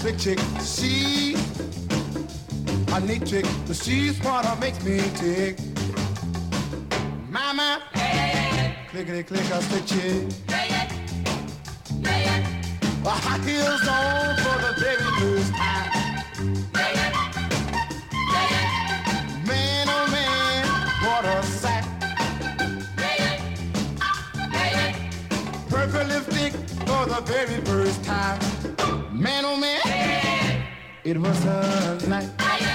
slick chick. She a neat chick. She's what makes me tick. Mama, clickety click a slick chick. High heels on for the very first time. Man, oh man, what a sack. Purple lipstick for the very first time. Man, oh man, it was a night.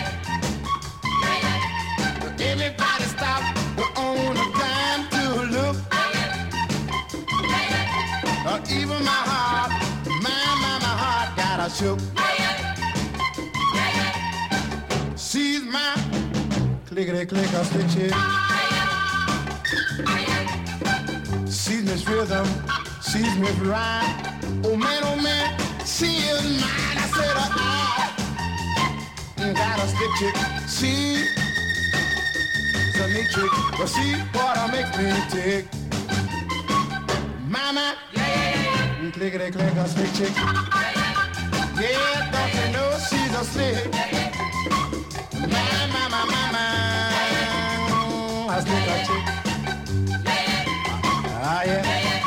Everybody stopped on a dime to look. Even my heart, my heart got a shook. She's my clickety clicker stick chick. She's Miss Rhythm, she's Miss Rhyme. Oh man, she is mine. I said I got a stick chick. She's a neat chick, but she what makes me tick. Mama, clickety clicker stick chick. Yeah, don't you know she's a slick. My, I stick a chick. Ah, yeah.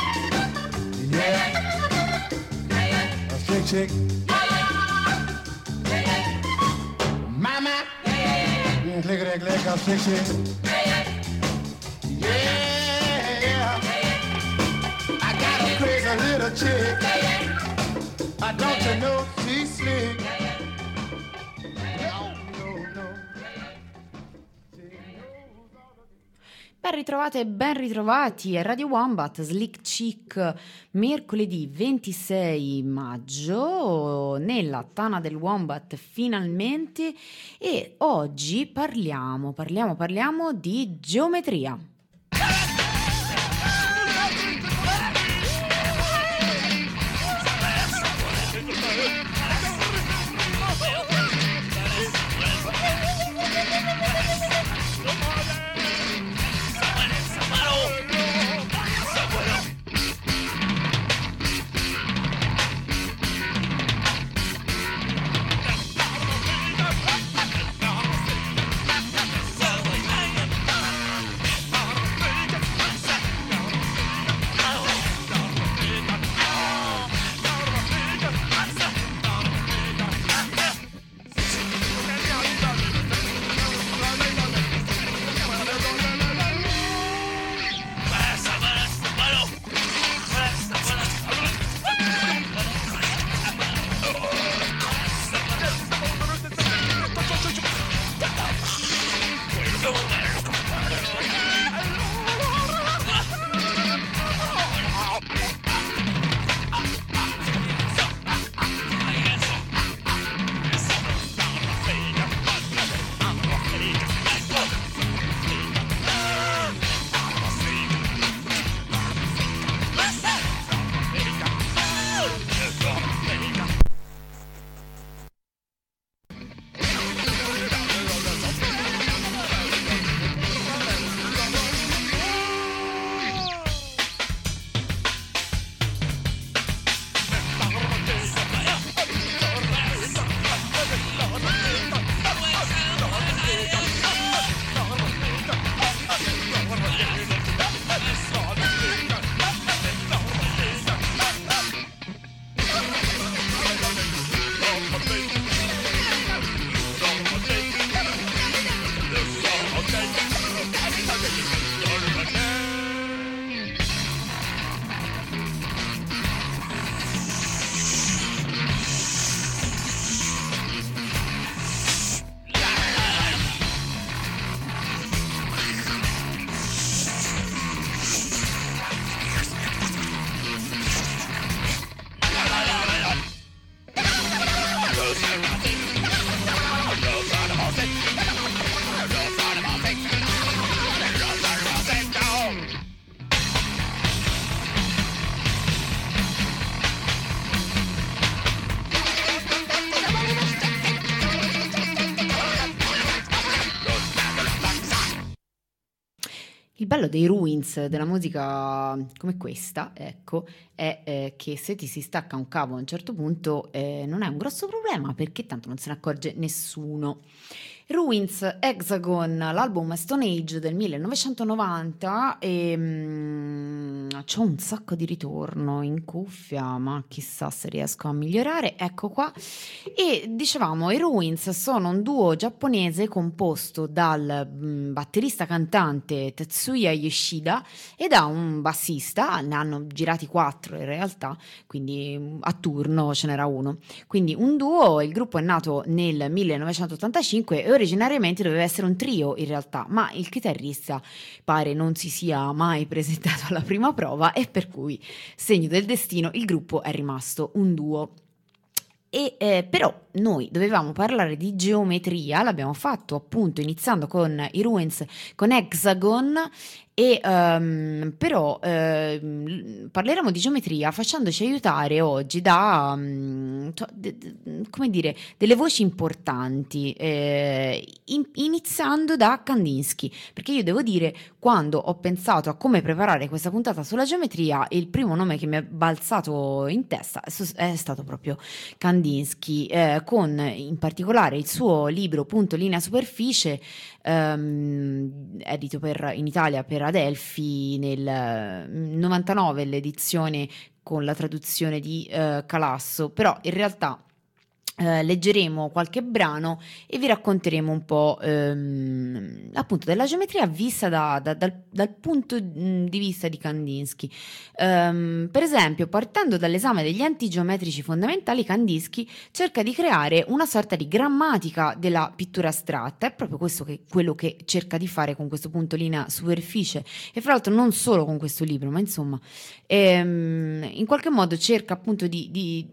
Yeah. A slick chick. Mama, clickety clicker stick chick. Yeah. I got a crazy little chick. Don't you know she's slick? Ben ritrovate e ben ritrovati a Radio Wombat, Slick Chick, mercoledì 26 maggio, nella Tana del Wombat finalmente, e oggi parliamo di geometria. Il bello dei ruins della musica come questa, ecco, è che se ti si stacca un cavo a un certo punto non è un grosso problema perché tanto non se ne accorge nessuno. Ruins Hexagon, l'album Stone Age del 1990 e c'ho un sacco di ritorno in cuffia, ma chissà se riesco a migliorare, ecco qua. E dicevamo, i Ruins sono un duo giapponese composto dal batterista cantante Tetsuya Yoshida e da un bassista, ne hanno girati 4 in realtà, quindi a turno ce n'era uno. Quindi un duo, il gruppo è nato nel 1985 e originariamente doveva essere un trio in realtà, ma il chitarrista pare non si sia mai presentato alla prima prova e per cui, segno del destino, il gruppo è rimasto un duo. E però noi dovevamo parlare di geometria, l'abbiamo fatto appunto iniziando con i Ruins, con Hexagon, e però parleremo di geometria facendoci aiutare oggi da come dire, delle voci importanti, iniziando da Kandinsky, perché io devo dire, quando ho pensato a come preparare questa puntata sulla geometria, il primo nome che mi è balzato in testa è stato proprio Kandinsky, con in particolare il suo libro Punto, linea, superficie, edito in Italia per Adelphi nel 99, l'edizione con la traduzione di Calasso, però in realtà leggeremo qualche brano e vi racconteremo un po' appunto della geometria vista dal punto di vista di Kandinsky. Per esempio, partendo dall'esame degli enti geometrici fondamentali, Kandinsky cerca di creare una sorta di grammatica della pittura astratta. È proprio questo quello che cerca di fare con questo punto, linea, superficie, e fra l'altro non solo con questo libro, ma insomma in qualche modo cerca appunto di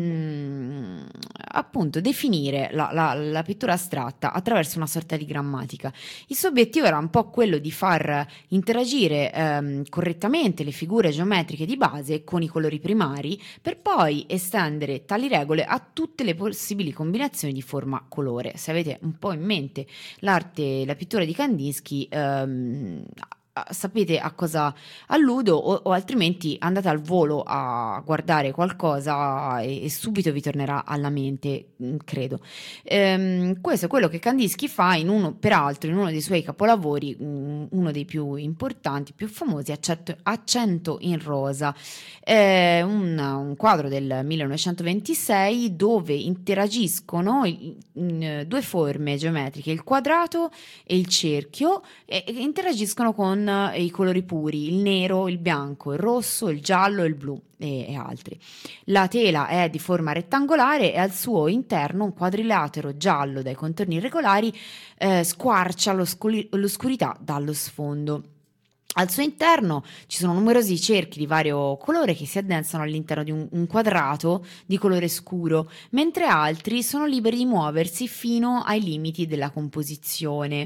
appunto definire la pittura astratta attraverso una sorta di grammatica. Il suo obiettivo era un po' quello di far interagire correttamente le figure geometriche di base con i colori primari, per poi estendere tali regole a tutte le possibili combinazioni di forma colore. Se avete un po' in mente l'arte, la pittura di Kandinsky, sapete a cosa alludo, o altrimenti andate al volo a guardare qualcosa e subito vi tornerà alla mente, credo. Questo è quello che Kandinsky fa peraltro in uno dei suoi capolavori, uno dei più importanti, più famosi, Accento in rosa, un quadro del 1926 dove interagiscono due forme geometriche, il quadrato e il cerchio, e interagiscono con i colori puri, il nero, il bianco, il rosso, il giallo, il blu e altri. La tela è di forma rettangolare e al suo interno un quadrilatero giallo dai contorni irregolari squarcia l'oscurità dallo sfondo. Al suo interno ci sono numerosi cerchi di vario colore che si addensano all'interno di un quadrato di colore scuro, mentre altri sono liberi di muoversi fino ai limiti della composizione.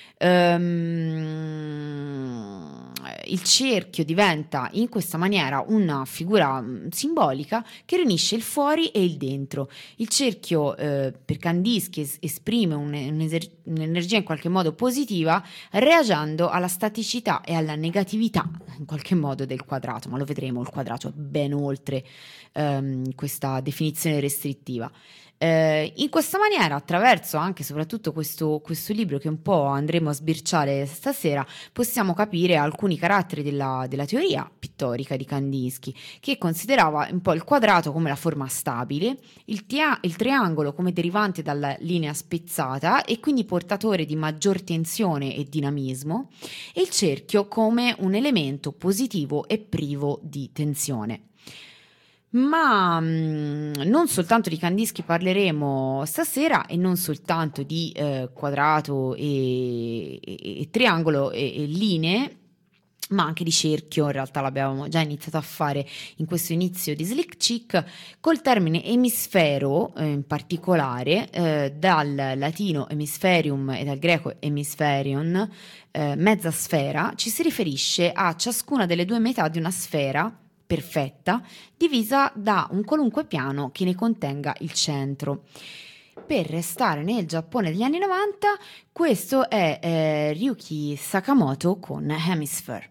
Il cerchio diventa in questa maniera una figura simbolica che riunisce il fuori e il dentro. Il cerchio per Kandinsky esprime un'energia in qualche modo positiva, reagendo alla staticità e alla negatività in qualche modo del quadrato, ma lo vedremo, il quadrato è ben oltre questa definizione restrittiva. In questa maniera, attraverso anche e soprattutto questo libro che un po' andremo a sbirciare stasera, possiamo capire alcuni caratteri della teoria pittorica di Kandinsky, che considerava un po' il quadrato come la forma stabile, il triangolo come derivante dalla linea spezzata e quindi portatore di maggior tensione e dinamismo, e il cerchio come un elemento positivo e privo di tensione. Ma non soltanto di Kandinsky parleremo stasera, e non soltanto di quadrato e triangolo e linee, ma anche di cerchio. In realtà l'abbiamo già iniziato a fare in questo inizio di Slick Chick, col termine emisfero in particolare, dal latino hemispherium e dal greco hemispherion, mezza sfera, ci si riferisce a ciascuna delle due metà di una sfera perfetta, divisa da un qualunque piano che ne contenga il centro. Per restare nel Giappone degli anni 90, questo è Ryuki Sakamoto con Hemisphere.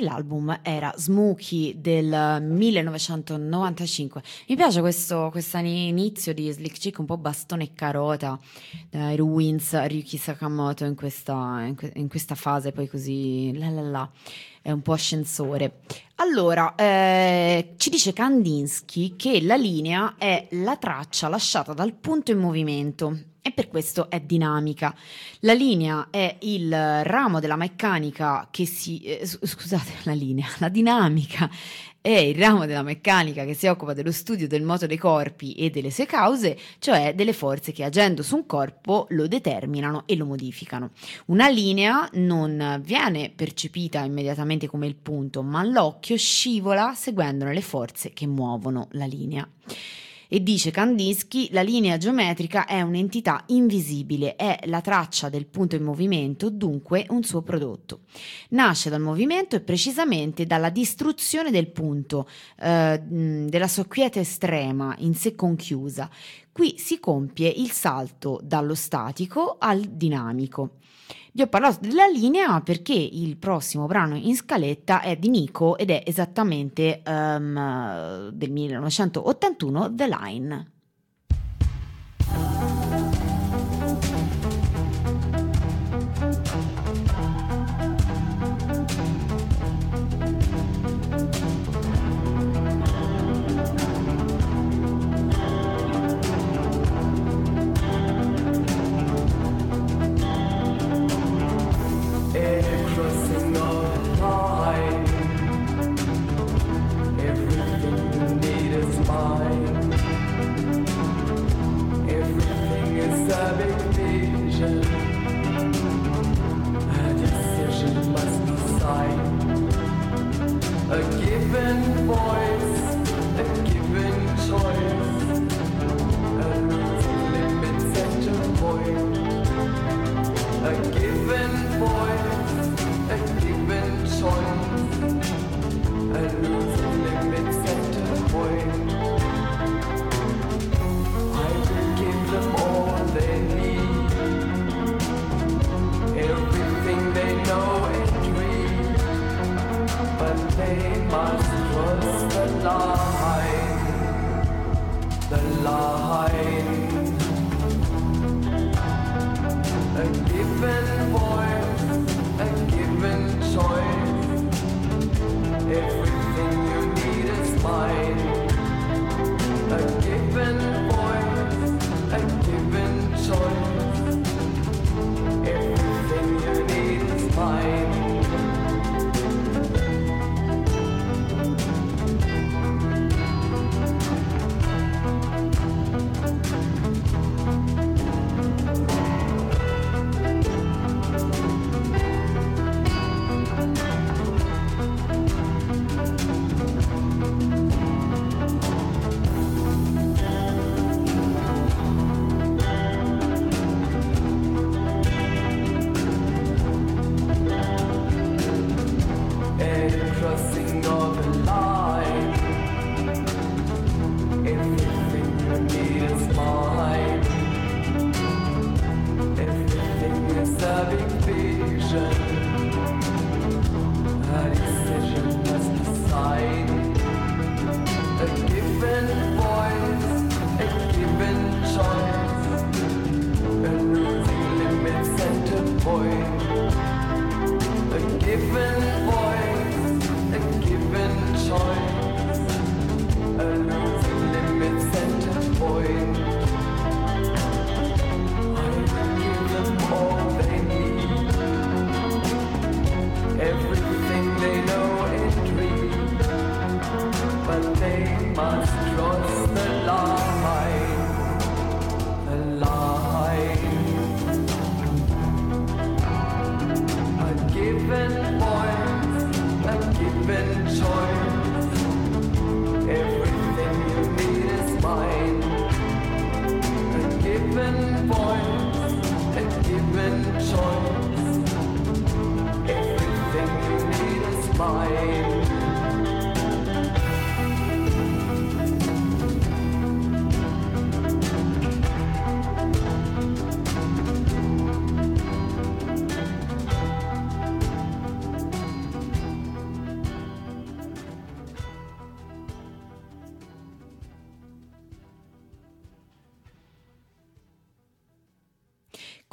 l'album era Smokey del 1995. Mi piace questo inizio di Slick Chick, un po' bastone e carota, dai Ruins, Ryuki Sakamoto in questa fase poi così è un po' ascensore. Allora, ci dice Kandinsky che la linea è la traccia lasciata dal punto in movimento e per questo è dinamica. La linea è il ramo della meccanica che la dinamica è il ramo della meccanica che si occupa dello studio del moto dei corpi e delle sue cause, cioè delle forze che agendo su un corpo lo determinano e lo modificano. Una linea non viene percepita immediatamente come il punto, ma l'occhio scivola seguendone le forze che muovono la linea. E dice Kandinsky, la linea geometrica è un'entità invisibile, è la traccia del punto in movimento, dunque un suo prodotto. Nasce dal movimento e precisamente dalla distruzione del punto, della sua quiete estrema, in sé conchiusa. Qui si compie il salto dallo statico al dinamico. Vi ho parlato della linea perché il prossimo brano in scaletta è di Nico ed è esattamente del 1981, The Line.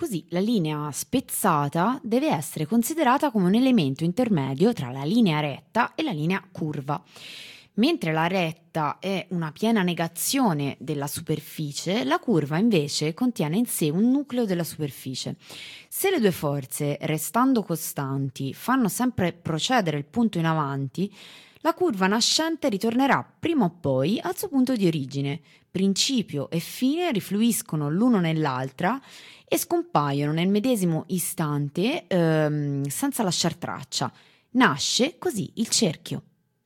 Così la linea spezzata deve essere considerata come un elemento intermedio tra la linea retta e la linea curva. Mentre la retta è una piena negazione della superficie, la curva invece contiene in sé un nucleo della superficie. Se le due forze, restando costanti, fanno sempre procedere il punto in avanti, la curva nascente ritornerà prima o poi al suo punto di origine. Principio e fine rifluiscono l'uno nell'altra e scompaiono nel medesimo istante senza lasciar traccia. Nasce così il cerchio.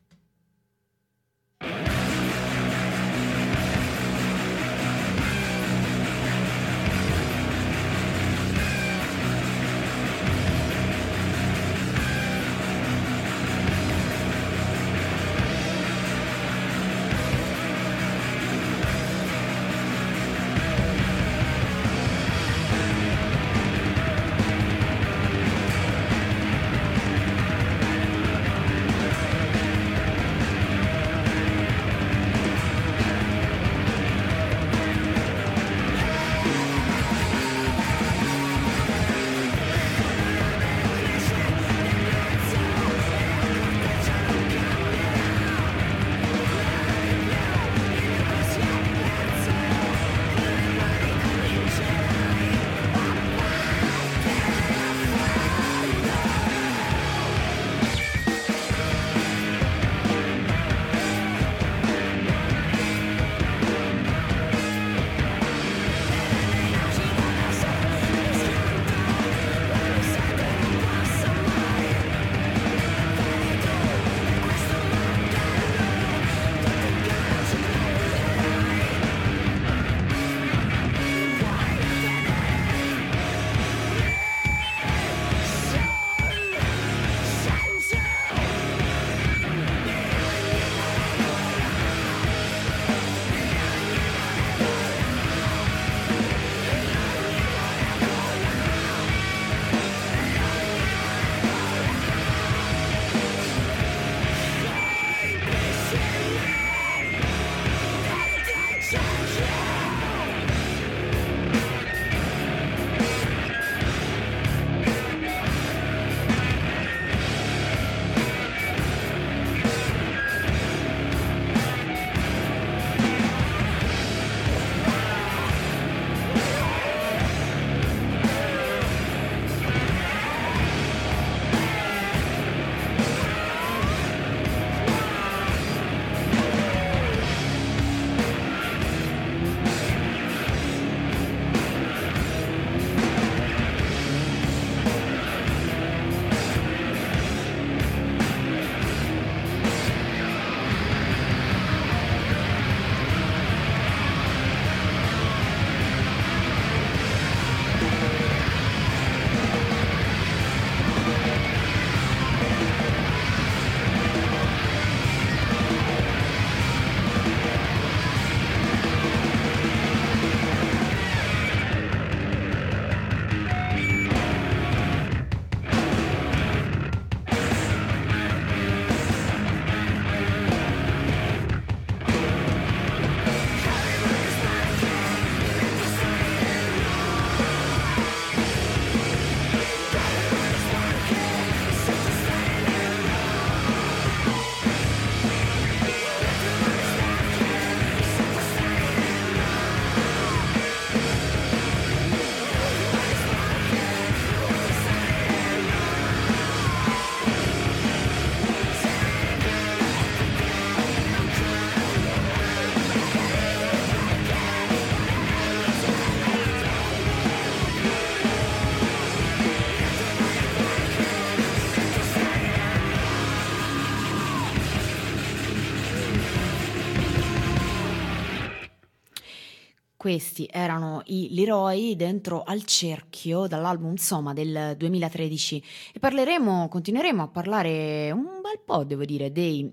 Questi erano i Leroy dentro al cerchio dall'album Soma del 2013 e continueremo a parlare un bel po', devo dire,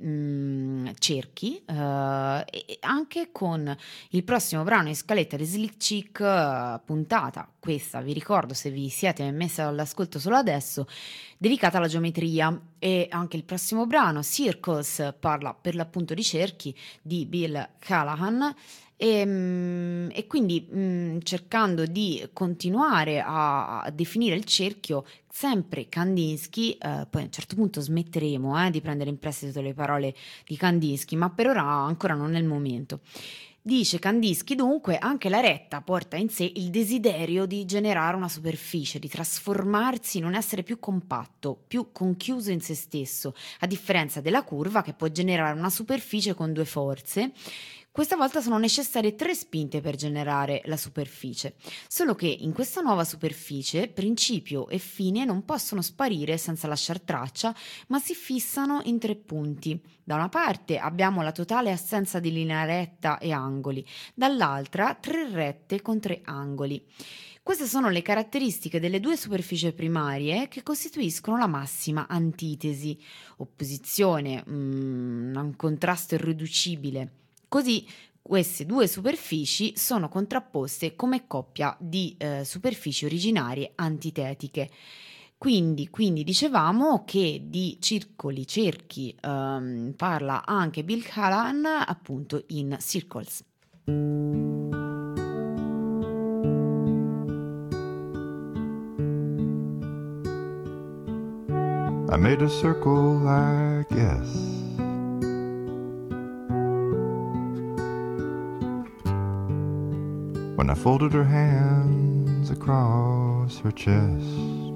dei cerchi e anche con il prossimo brano in scaletta di Slick Chick, puntata questa, vi ricordo se vi siete messi all'ascolto solo adesso, dedicata alla geometria. E anche il prossimo brano, Circles, parla per l'appunto di cerchi di Bill Callahan E quindi cercando di continuare a definire il cerchio, sempre Kandinsky, poi a un certo punto smetteremo di prendere in prestito le parole di Kandinsky, ma per ora ancora non è il momento. Dice Kandinsky dunque, anche la retta porta in sé il desiderio di generare una superficie, di trasformarsi in un essere più compatto, più conchiuso in se stesso, a differenza della curva che può generare una superficie con due forze. Questa volta sono necessarie 3 spinte per generare la superficie, solo che in questa nuova superficie principio e fine non possono sparire senza lasciar traccia, ma si fissano in 3 punti. Da una parte abbiamo la totale assenza di linea retta e angoli, dall'altra 3 rette con 3 angoli. Queste sono le caratteristiche delle 2 superfici primarie che costituiscono la massima antitesi, opposizione, un contrasto irriducibile. Così queste 2 superfici sono contrapposte come coppia di superfici originarie antitetiche. Quindi dicevamo che di circoli, cerchi parla anche Bill Callahan appunto in Circles. I made a circle, I guess. When I folded her hands across her chest,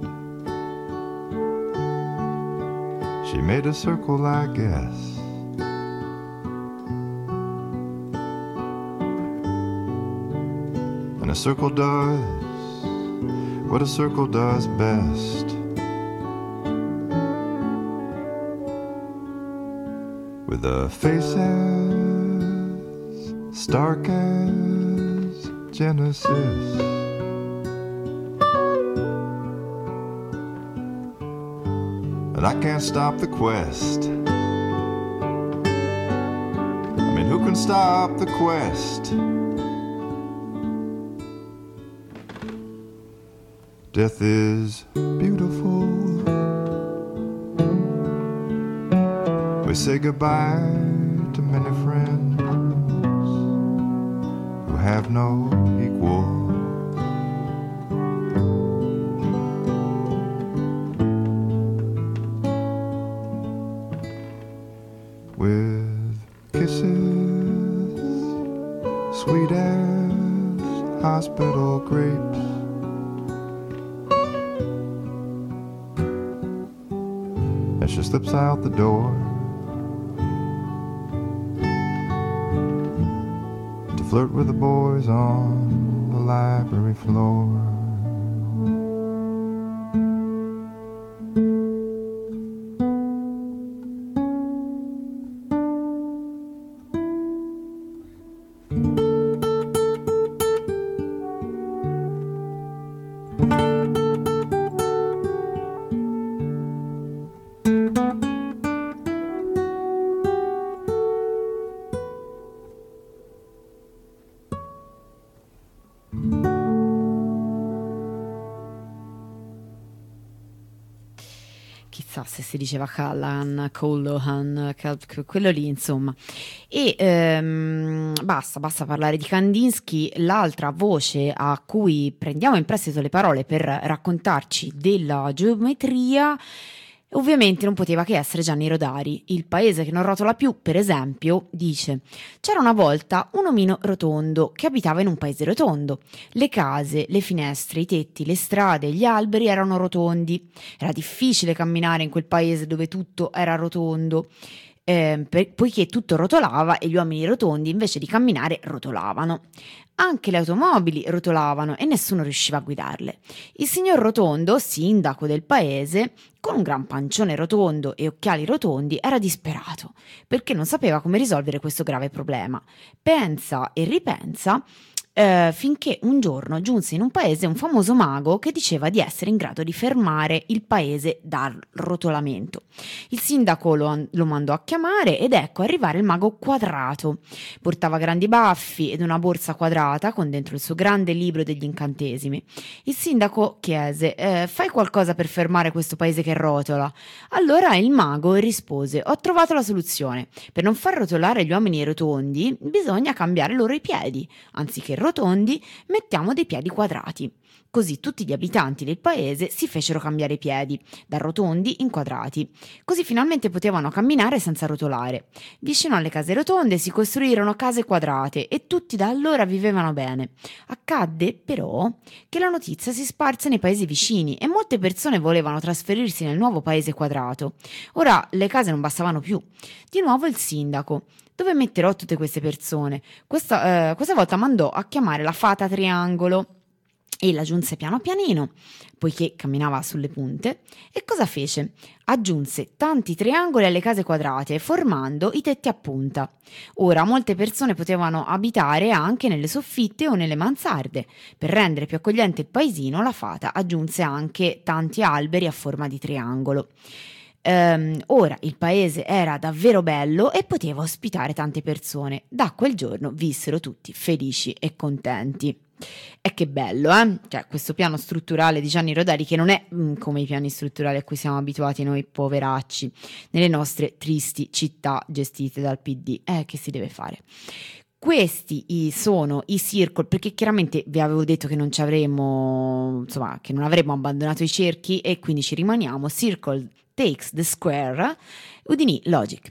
she made a circle, I guess. And a circle does what a circle does best. With the faces stark as Genesis, and I can't stop the quest. I mean, who can stop the quest? Death is beautiful. We say goodbye to many friends who have no equal. With kisses sweet as hospital grapes, as she slips out the door to flirt with the boys on the library floor. Chissà se si diceva Callahan, quello lì insomma. E basta parlare di Kandinsky. L'altra voce a cui prendiamo in prestito le parole per raccontarci della geometria ovviamente non poteva che essere Gianni Rodari. Il paese che non rotola più, per esempio, dice: c'era una volta un omino rotondo che abitava in un paese rotondo. Le case, le finestre, i tetti, le strade, gli alberi erano rotondi. Era difficile camminare in quel paese dove tutto era rotondo, poiché tutto rotolava e gli uomini rotondi invece di camminare rotolavano. Anche le automobili rotolavano e nessuno riusciva a guidarle. Il signor Rotondo, sindaco del paese, con un gran pancione rotondo e occhiali rotondi, era disperato perché non sapeva come risolvere questo grave problema. Pensa e ripensa finché un giorno giunse in un paese un famoso mago che diceva di essere in grado di fermare il paese dal rotolamento. Il sindaco lo mandò a chiamare ed ecco arrivare il mago quadrato. Portava grandi baffi ed una borsa quadrata con dentro il suo grande libro degli incantesimi. Il sindaco chiese: fai qualcosa per fermare questo paese che rotola? Allora il mago rispose: ho trovato la soluzione. Per non far rotolare gli uomini rotondi bisogna cambiare loro i piedi. Anziché rotondi mettiamo dei piedi quadrati. Così tutti gli abitanti del paese si fecero cambiare i piedi, da rotondi in quadrati. Così finalmente potevano camminare senza rotolare. Vicino alle case rotonde si costruirono case quadrate e tutti da allora vivevano bene. Accadde però che la notizia si sparse nei paesi vicini e molte persone volevano trasferirsi nel nuovo paese quadrato. Ora le case non bastavano più. Di nuovo il sindaco: dove metterò tutte queste persone? Questa volta mandò a chiamare la fata Triangolo e la giunse piano pianino, poiché camminava sulle punte. E cosa fece? Aggiunse tanti triangoli alle case quadrate, formando i tetti a punta. Ora molte persone potevano abitare anche nelle soffitte o nelle mansarde. Per rendere più accogliente il paesino, la fata aggiunse anche tanti alberi a forma di triangolo. Ora il paese era davvero bello e poteva ospitare tante persone. Da quel giorno vissero tutti felici e contenti. E che bello, Cioè, questo piano strutturale di Gianni Rodari, che non è come i piani strutturali a cui siamo abituati noi poveracci nelle nostre tristi città gestite dal PD. Che si deve fare? Questi sono i Circle, perché chiaramente vi avevo detto che non ci avremmo, insomma, che non avremmo abbandonato i cerchi e quindi ci rimaniamo. Circle Takes the Square, Houdini Logic.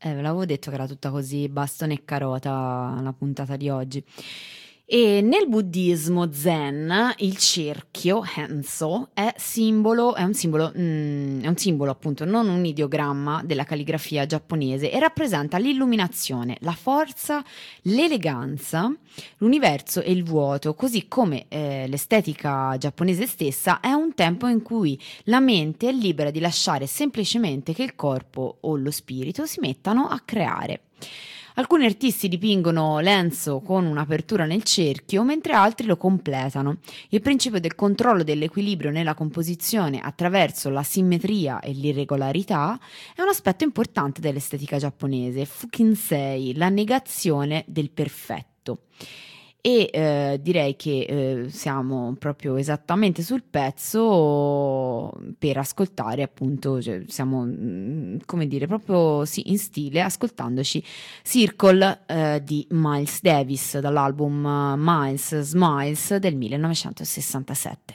Ve l'avevo detto che era tutta così bastone e carota la puntata di oggi. E nel buddismo zen il cerchio Henso è un simbolo appunto, non un ideogramma della calligrafia giapponese, e rappresenta l'illuminazione, la forza, l'eleganza, l'universo e il vuoto, così come l'estetica giapponese stessa è un tempo in cui la mente è libera di lasciare semplicemente che il corpo o lo spirito si mettano a creare. Alcuni artisti dipingono l'Enso con un'apertura nel cerchio, mentre altri lo completano. Il principio del controllo dell'equilibrio nella composizione attraverso la simmetria e l'irregolarità è un aspetto importante dell'estetica giapponese, Fukinsei, la negazione del perfetto. E direi che siamo proprio esattamente sul pezzo per ascoltare, appunto, cioè siamo come dire proprio sì, in stile, ascoltandoci Circle di Miles Davis dall'album Miles Smiles del 1967.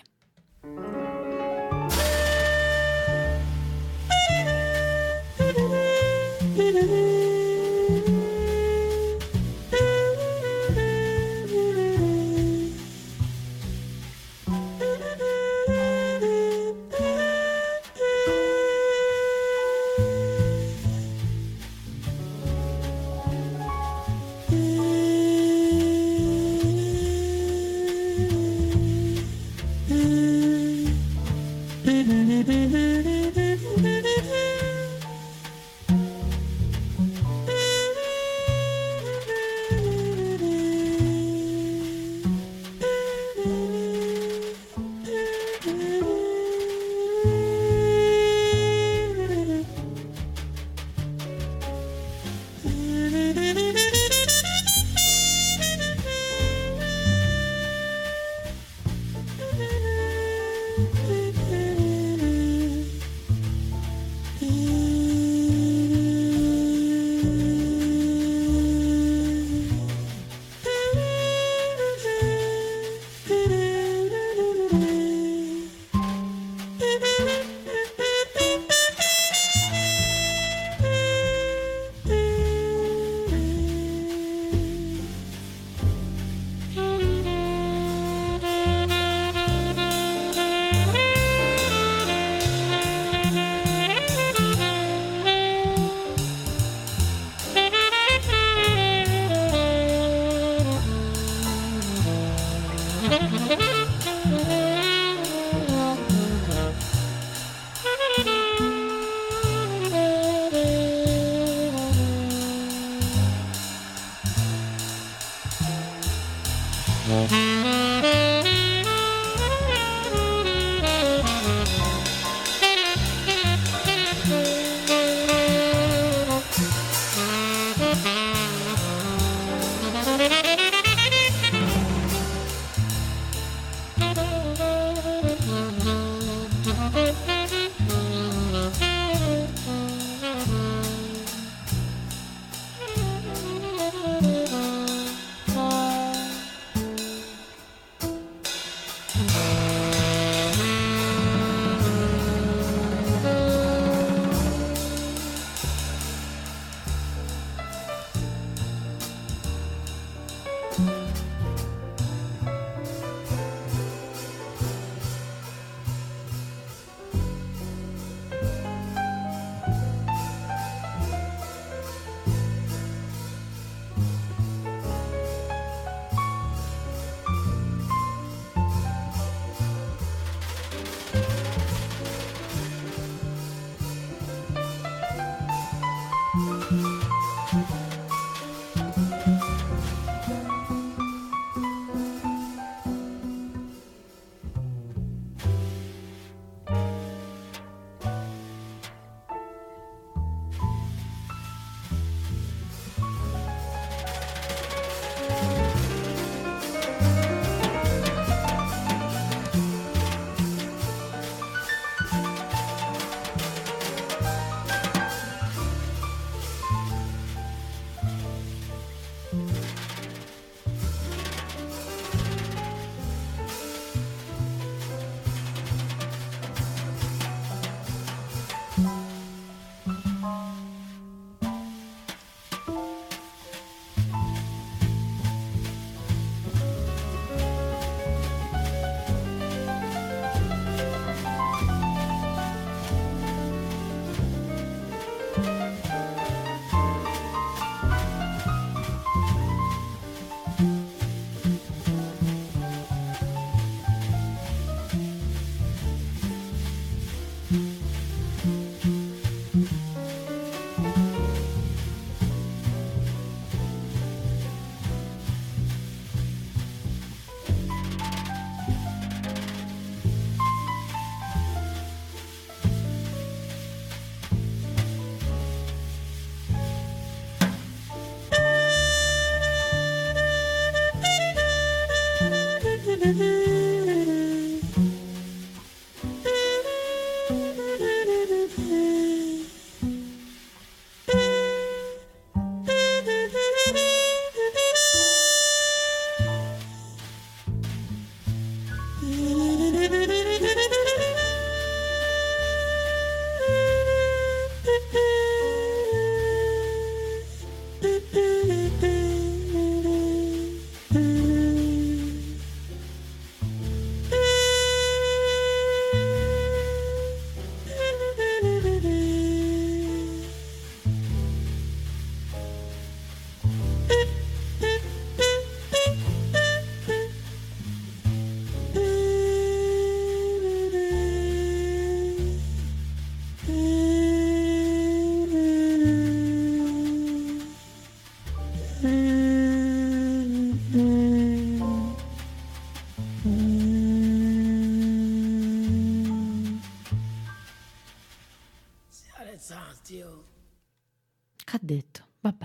Che ha detto? Vabbè.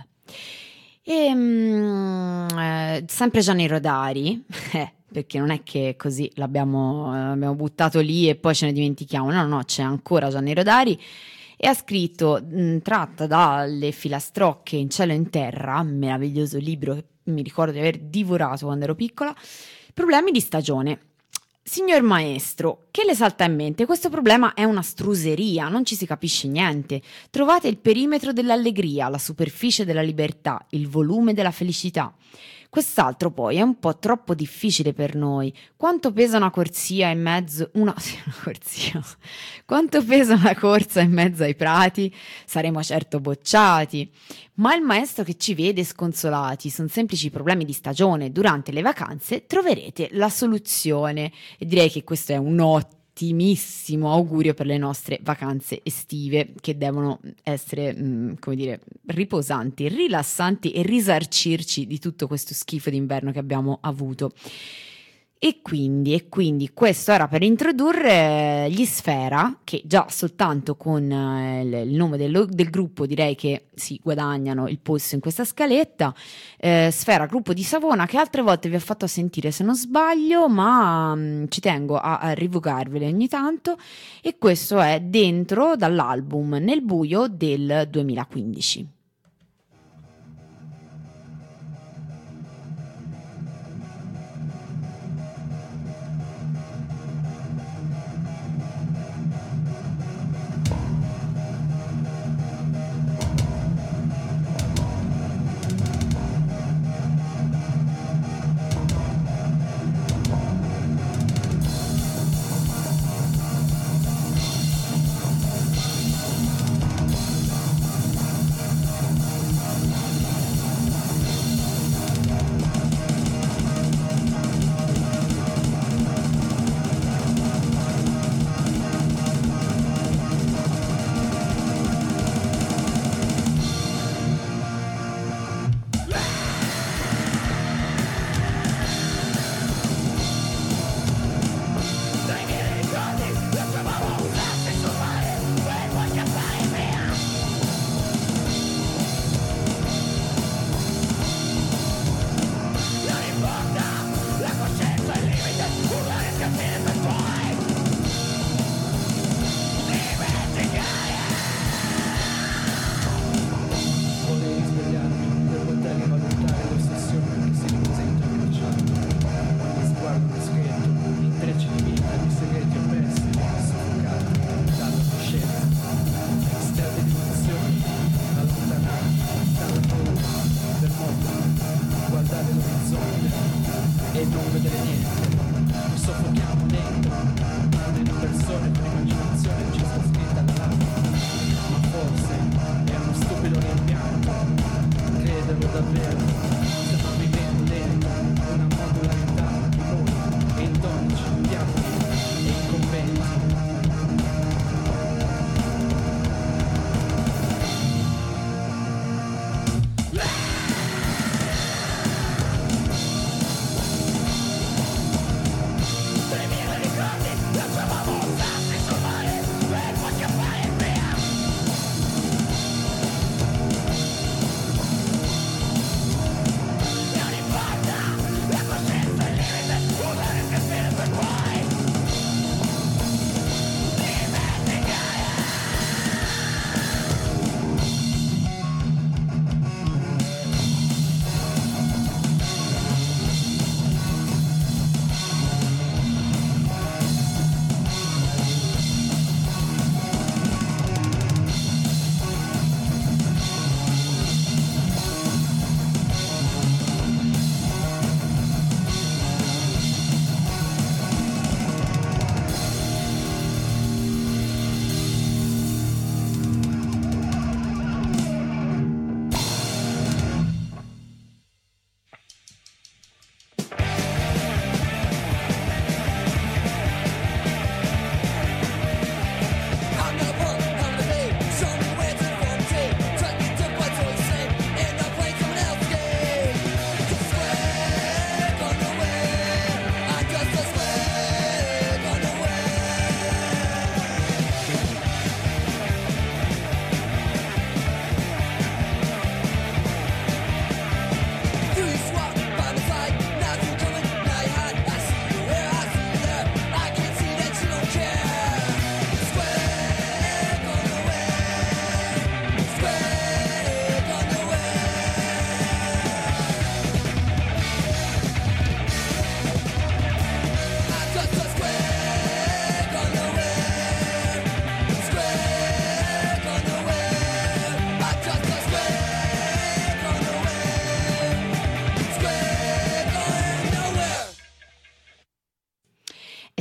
Sempre Gianni Rodari, perché non è che così l'abbiamo buttato lì e poi ce ne dimentichiamo, no, c'è ancora Gianni Rodari, e ha scritto, tratta dalle filastrocche in cielo e in terra, meraviglioso libro che mi ricordo di aver divorato quando ero piccola, Problemi di stagione. Signor maestro, che le salta in mente? Questo problema è una struseria, non ci si capisce niente. Trovate il perimetro dell'allegria, la superficie della libertà, il volume della felicità. Quest'altro poi è un po' troppo difficile per noi. Quanto pesa una corsia in mezzo... una corsia... Quanto pesa una corsa in mezzo ai prati? Saremo certo bocciati. Ma il maestro che ci vede sconsolati, sono semplici problemi di stagione. Durante le vacanze troverete la soluzione. E direi che questo è un ottimissimo augurio per le nostre vacanze estive, che devono essere, come dire, riposanti, rilassanti e risarcirci di tutto questo schifo d'inverno che abbiamo avuto. E quindi questo era per introdurre gli Sfera, che già soltanto con il nome del gruppo direi che si guadagnano il posto in questa scaletta. Sfera, gruppo di Savona, che altre volte vi ho fatto sentire se non sbaglio, ma ci tengo a rivogarvele ogni tanto, e questo è dentro dall'album Nel buio del 2015.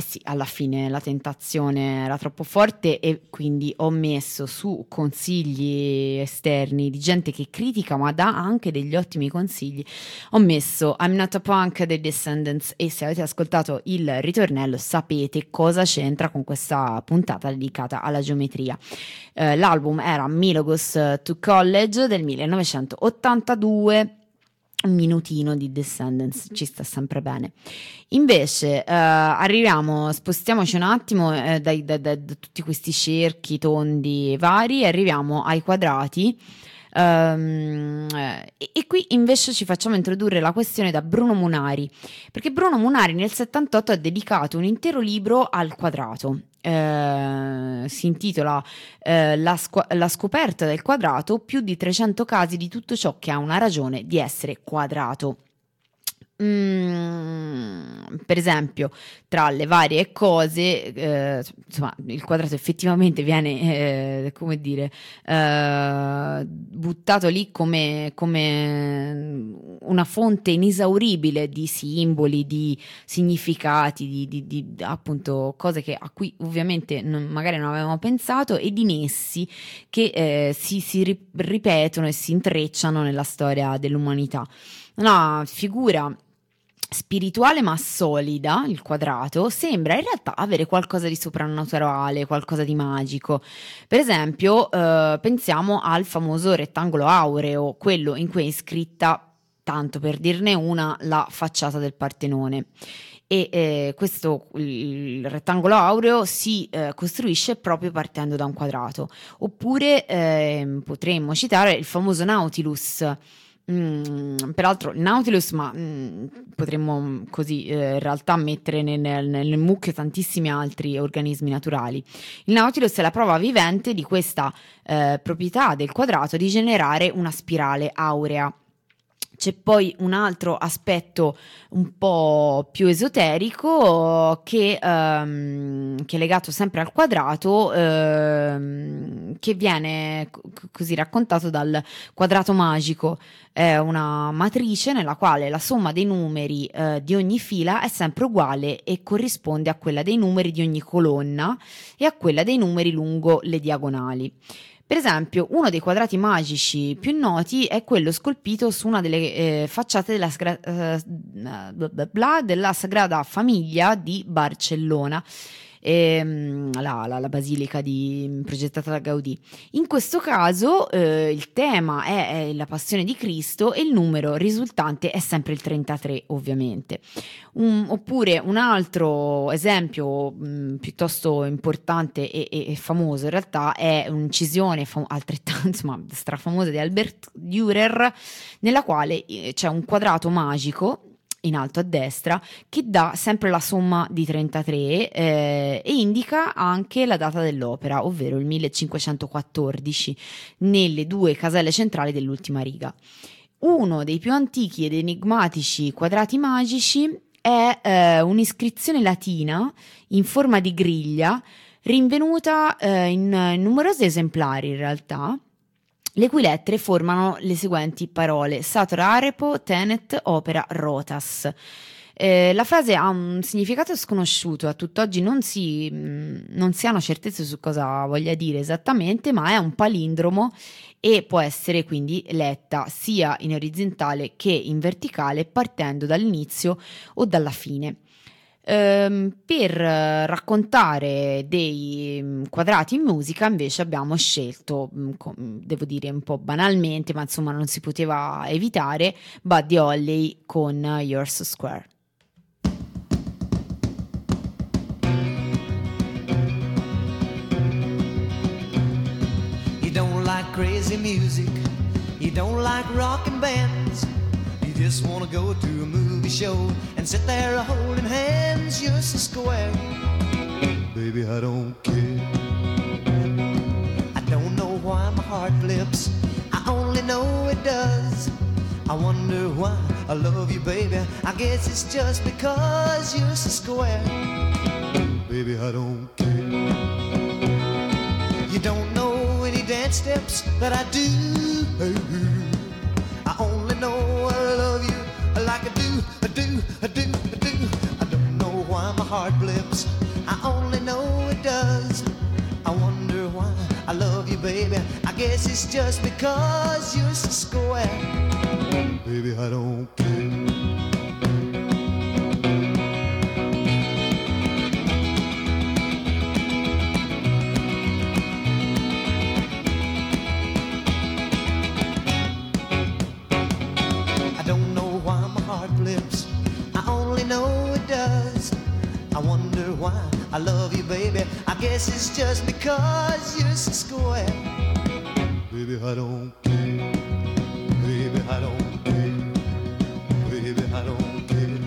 sì, alla fine la tentazione era troppo forte e quindi ho messo su consigli esterni di gente che critica ma dà anche degli ottimi consigli. Ho messo I'm Not a Punk dei Descendants, e se avete ascoltato il ritornello sapete cosa c'entra con questa puntata dedicata alla geometria. L'album era Milogos to College del 1982. Un minutino di Descendants ci sta sempre bene. Invece spostiamoci un attimo da tutti questi cerchi tondi vari, arriviamo ai quadrati. E qui invece ci facciamo introdurre la questione da Bruno Munari, perché Bruno Munari nel 78 ha dedicato un intero libro al quadrato. Si intitola La scoperta del quadrato, più di 300 casi di tutto ciò che ha una ragione di essere quadrato. Per esempio, tra le varie cose, insomma, il quadrato effettivamente viene buttato lì come una fonte inesauribile di simboli, di significati, di appunto cose a cui ovviamente magari non avevamo pensato, e di nessi che si ripetono e si intrecciano nella storia dell'umanità. Una figura spirituale ma solida, il quadrato, sembra in realtà avere qualcosa di soprannaturale, qualcosa di magico. Per esempio, pensiamo al famoso rettangolo aureo, quello in cui è iscritta, tanto per dirne una, la facciata del Partenone. E il rettangolo aureo si costruisce proprio partendo da un quadrato. Oppure potremmo citare il famoso Nautilus. Peraltro il Nautilus, ma potremmo così in realtà mettere nel mucchio tantissimi altri organismi naturali. Il Nautilus è la prova vivente di questa proprietà del quadrato di generare una spirale aurea. C'è poi un altro aspetto un po' più esoterico che è legato sempre al quadrato, che viene così raccontato dal quadrato magico. È una matrice nella quale la somma dei numeri di ogni fila è sempre uguale e corrisponde a quella dei numeri di ogni colonna e a quella dei numeri lungo le diagonali. Per esempio, uno dei quadrati magici più noti è quello scolpito su una delle facciate della Sagrada Famiglia di Barcellona, la basilica progettata da Gaudì. In questo caso il tema è la passione di Cristo e il numero risultante è sempre il 33, ovviamente. Oppure un altro esempio piuttosto importante e famoso in realtà è un'incisione altrettanto strafamosa di Albert Dürer, nella quale c'è un quadrato magico in alto a destra che dà sempre la somma di 33 e indica anche la data dell'opera, ovvero il 1514, nelle due caselle centrali dell'ultima riga. Uno dei più antichi ed enigmatici quadrati magici è un'iscrizione latina in forma di griglia, rinvenuta in numerosi esemplari in realtà, le cui lettere formano le seguenti parole: Satura arepo tenet opera rotas. La frase ha un significato sconosciuto, a tutt'oggi non si hanno certezze su cosa voglia dire esattamente, ma è un palindromo e può essere quindi letta sia in orizzontale che in verticale, partendo dall'inizio o dalla fine. Per raccontare dei quadrati in musica invece abbiamo scelto, devo dire un po' banalmente, ma insomma non si poteva evitare, Buddy Holly con Yours Square. You don't like crazy music, you don't like rockin' bands, you just wanna go to a movie show and sit there holding hands. You're so square, baby, I don't care. I don't know why my heart flips, I only know it does. I wonder why I love you, baby, I guess it's just because you're so square, baby, I don't care. You don't know any dance steps that I do, I only know I love you like I do. I don't know why my heart blips. I only know it does. I wonder why I love you, baby. I guess it's just because you're so square. Baby, I don't care. I don't know why my heart blips. I only know it does. I wonder why I love you, baby. I guess it's just because you're so square. Baby, I don't care. Baby, I don't care. Baby, I don't care.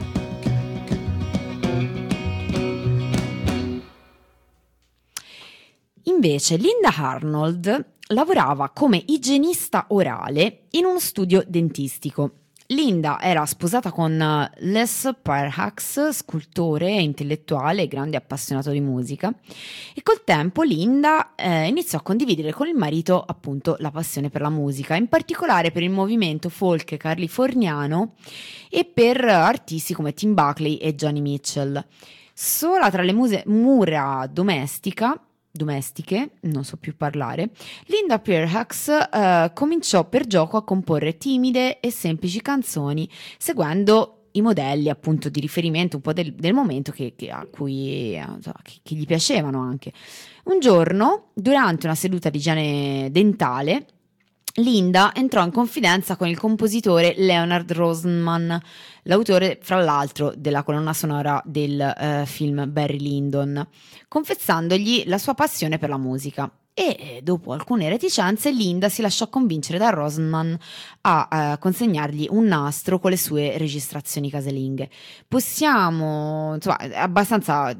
Invece Linda Arnold lavorava come igienista orale in uno studio dentistico. Linda era sposata con Les Perhacs, scultore intellettuale e grande appassionato di musica, e col tempo Linda iniziò a condividere con il marito appunto la passione per la musica, in particolare per il movimento folk californiano e per artisti come Tim Buckley e Joni Mitchell. Sola tra le mura domestiche, non so più parlare, Linda Perhacs cominciò per gioco a comporre timide e semplici canzoni, seguendo i modelli appunto di riferimento un po' del momento che gli piacevano anche. Un giorno, durante una seduta di igiene dentale, Linda entrò in confidenza con il compositore Leonard Rosenman, l'autore fra l'altro della colonna sonora del film Barry Lyndon, confessandogli la sua passione per la musica. E dopo alcune reticenze Linda si lasciò convincere da Rosenman a consegnargli un nastro con le sue registrazioni casalinghe. Possiamo, insomma, abbastanza,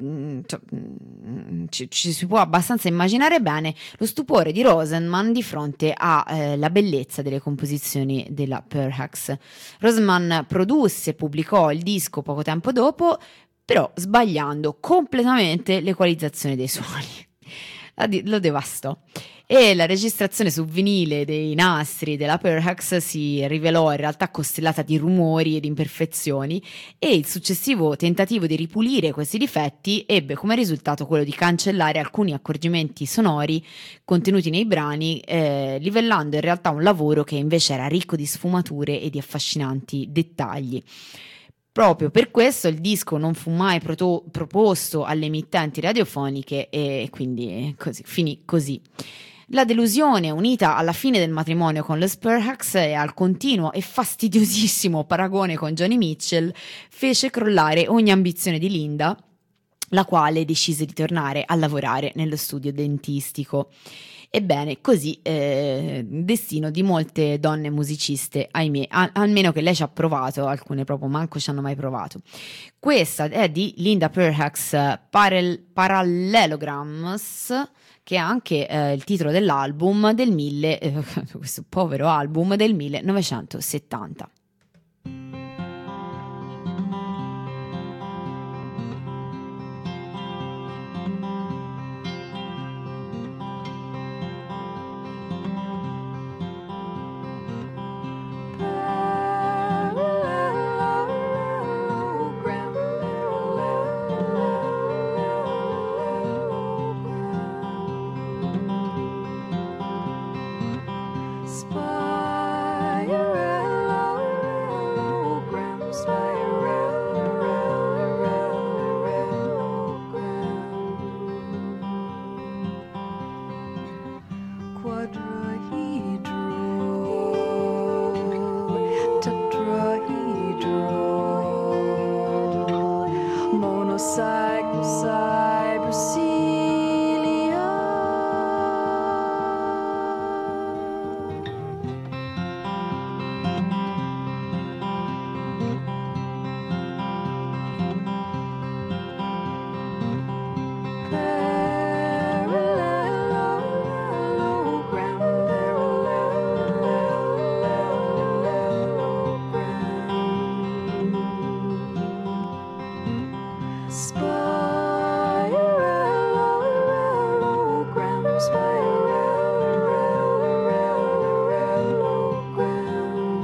ci si può abbastanza immaginare bene lo stupore di Rosenman di fronte alla bellezza delle composizioni della Perhacs. Rosenman produsse e pubblicò il disco poco tempo dopo, però sbagliando completamente l'equalizzazione dei suoni. Lo devastò, e la registrazione su vinile dei nastri della Perhacs si rivelò in realtà costellata di rumori ed imperfezioni, e il successivo tentativo di ripulire questi difetti ebbe come risultato quello di cancellare alcuni accorgimenti sonori contenuti nei brani, livellando in realtà un lavoro che invece era ricco di sfumature e di affascinanti dettagli. Proprio per questo il disco non fu mai proposto alle emittenti radiofoniche, e quindi finì così. La delusione, unita alla fine del matrimonio con Les Perhacs e al continuo e fastidiosissimo paragone con Joni Mitchell, fece crollare ogni ambizione di Linda, la quale decise di tornare a lavorare nello studio dentistico. Ebbene, così destino di molte donne musiciste, ahimè, almeno che lei ci ha provato, alcune proprio manco ci hanno mai provato. Questa è di Linda Perhacs, Parallelograms, che è anche il titolo dell'album questo povero album del 1970.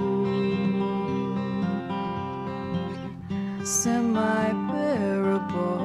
Semi-parabolic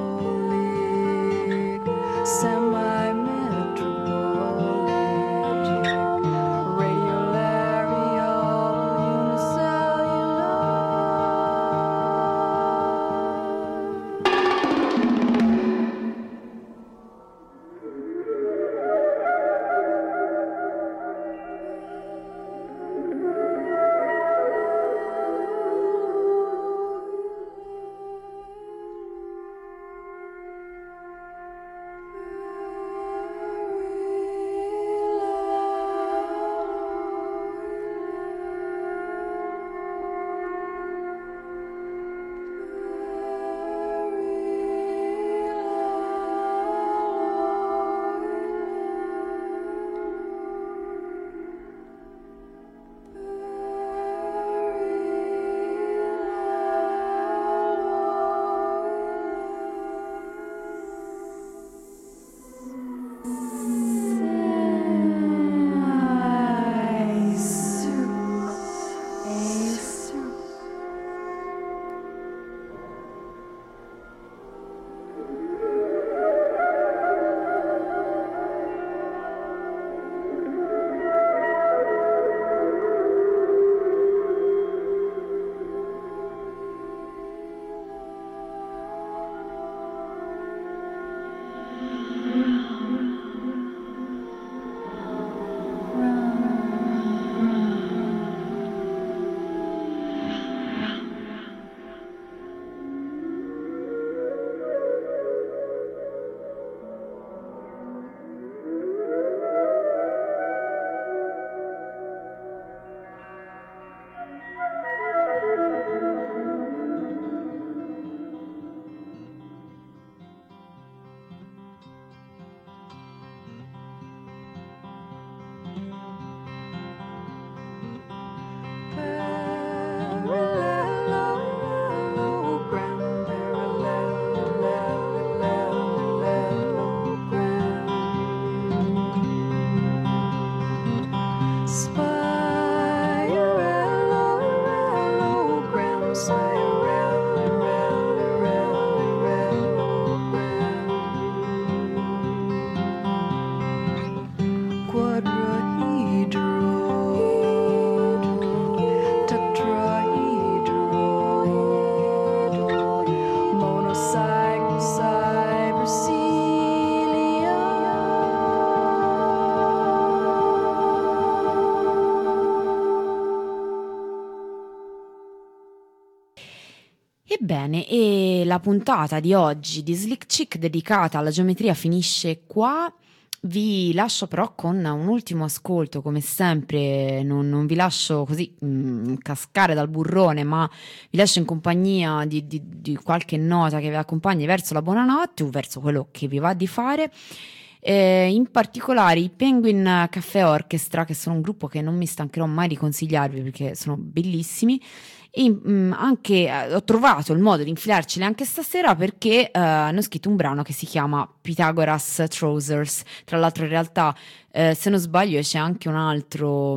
Ebbene, e la puntata di oggi di Slick Chick dedicata alla geometria finisce qua. Vi lascio però con un ultimo ascolto, come sempre non vi lascio così cascare dal burrone, ma vi lascio in compagnia di qualche nota che vi accompagni verso la buonanotte o verso quello che vi va di fare. In particolare i Penguin Cafe Orchestra, che sono un gruppo che non mi stancherò mai di consigliarvi perché sono bellissimi. E anche ho trovato il modo di infilarceli anche stasera perché hanno scritto un brano che si chiama Pythagoras Trousers. Tra l'altro in realtà se non sbaglio c'è anche un altro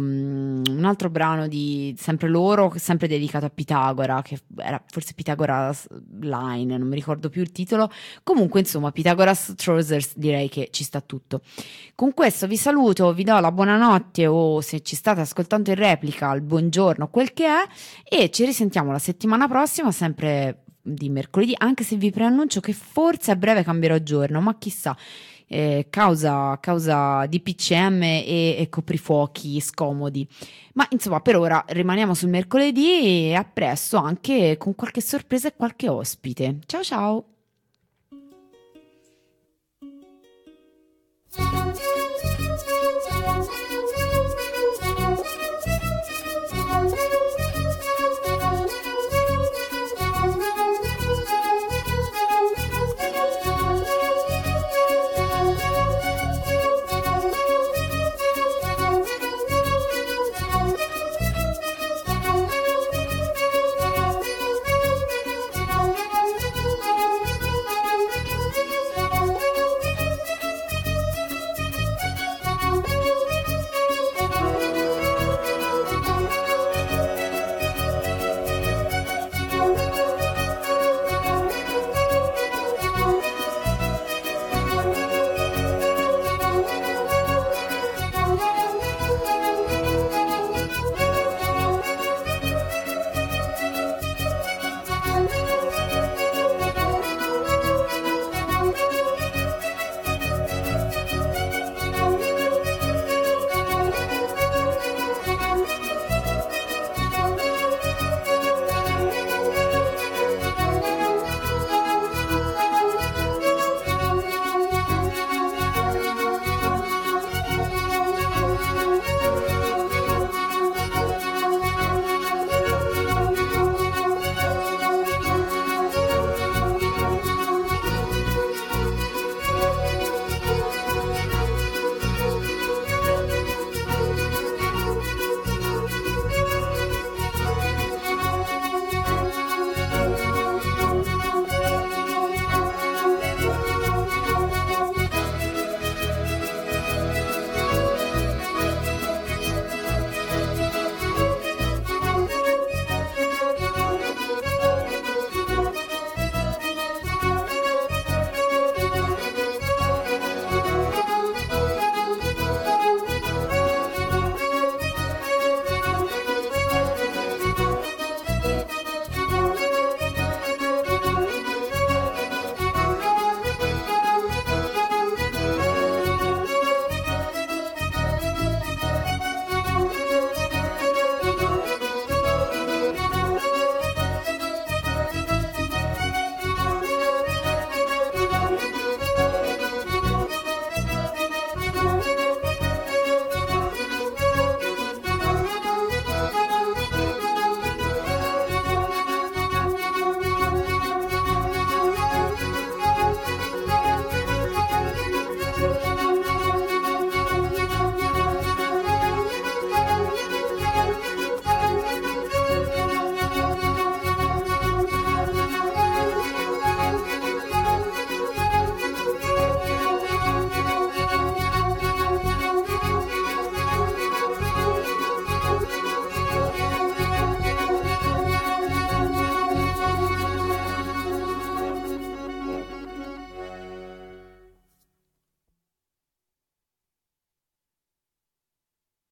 brano di sempre loro, sempre dedicato a Pitagora, che era forse Pythagoras Line, non mi ricordo più il titolo. Comunque insomma Pythagoras Trousers direi che ci sta tutto. Con questo vi saluto, vi do la buonanotte o se ci state ascoltando in replica il buongiorno, quel che è, e ci risentiamo la settimana prossima sempre di mercoledì, anche se vi preannuncio che forse a breve cambierò giorno, ma chissà, causa di PCM e coprifuochi scomodi. Ma insomma per ora rimaniamo sul mercoledì e a presto anche con qualche sorpresa e qualche ospite. Ciao ciao!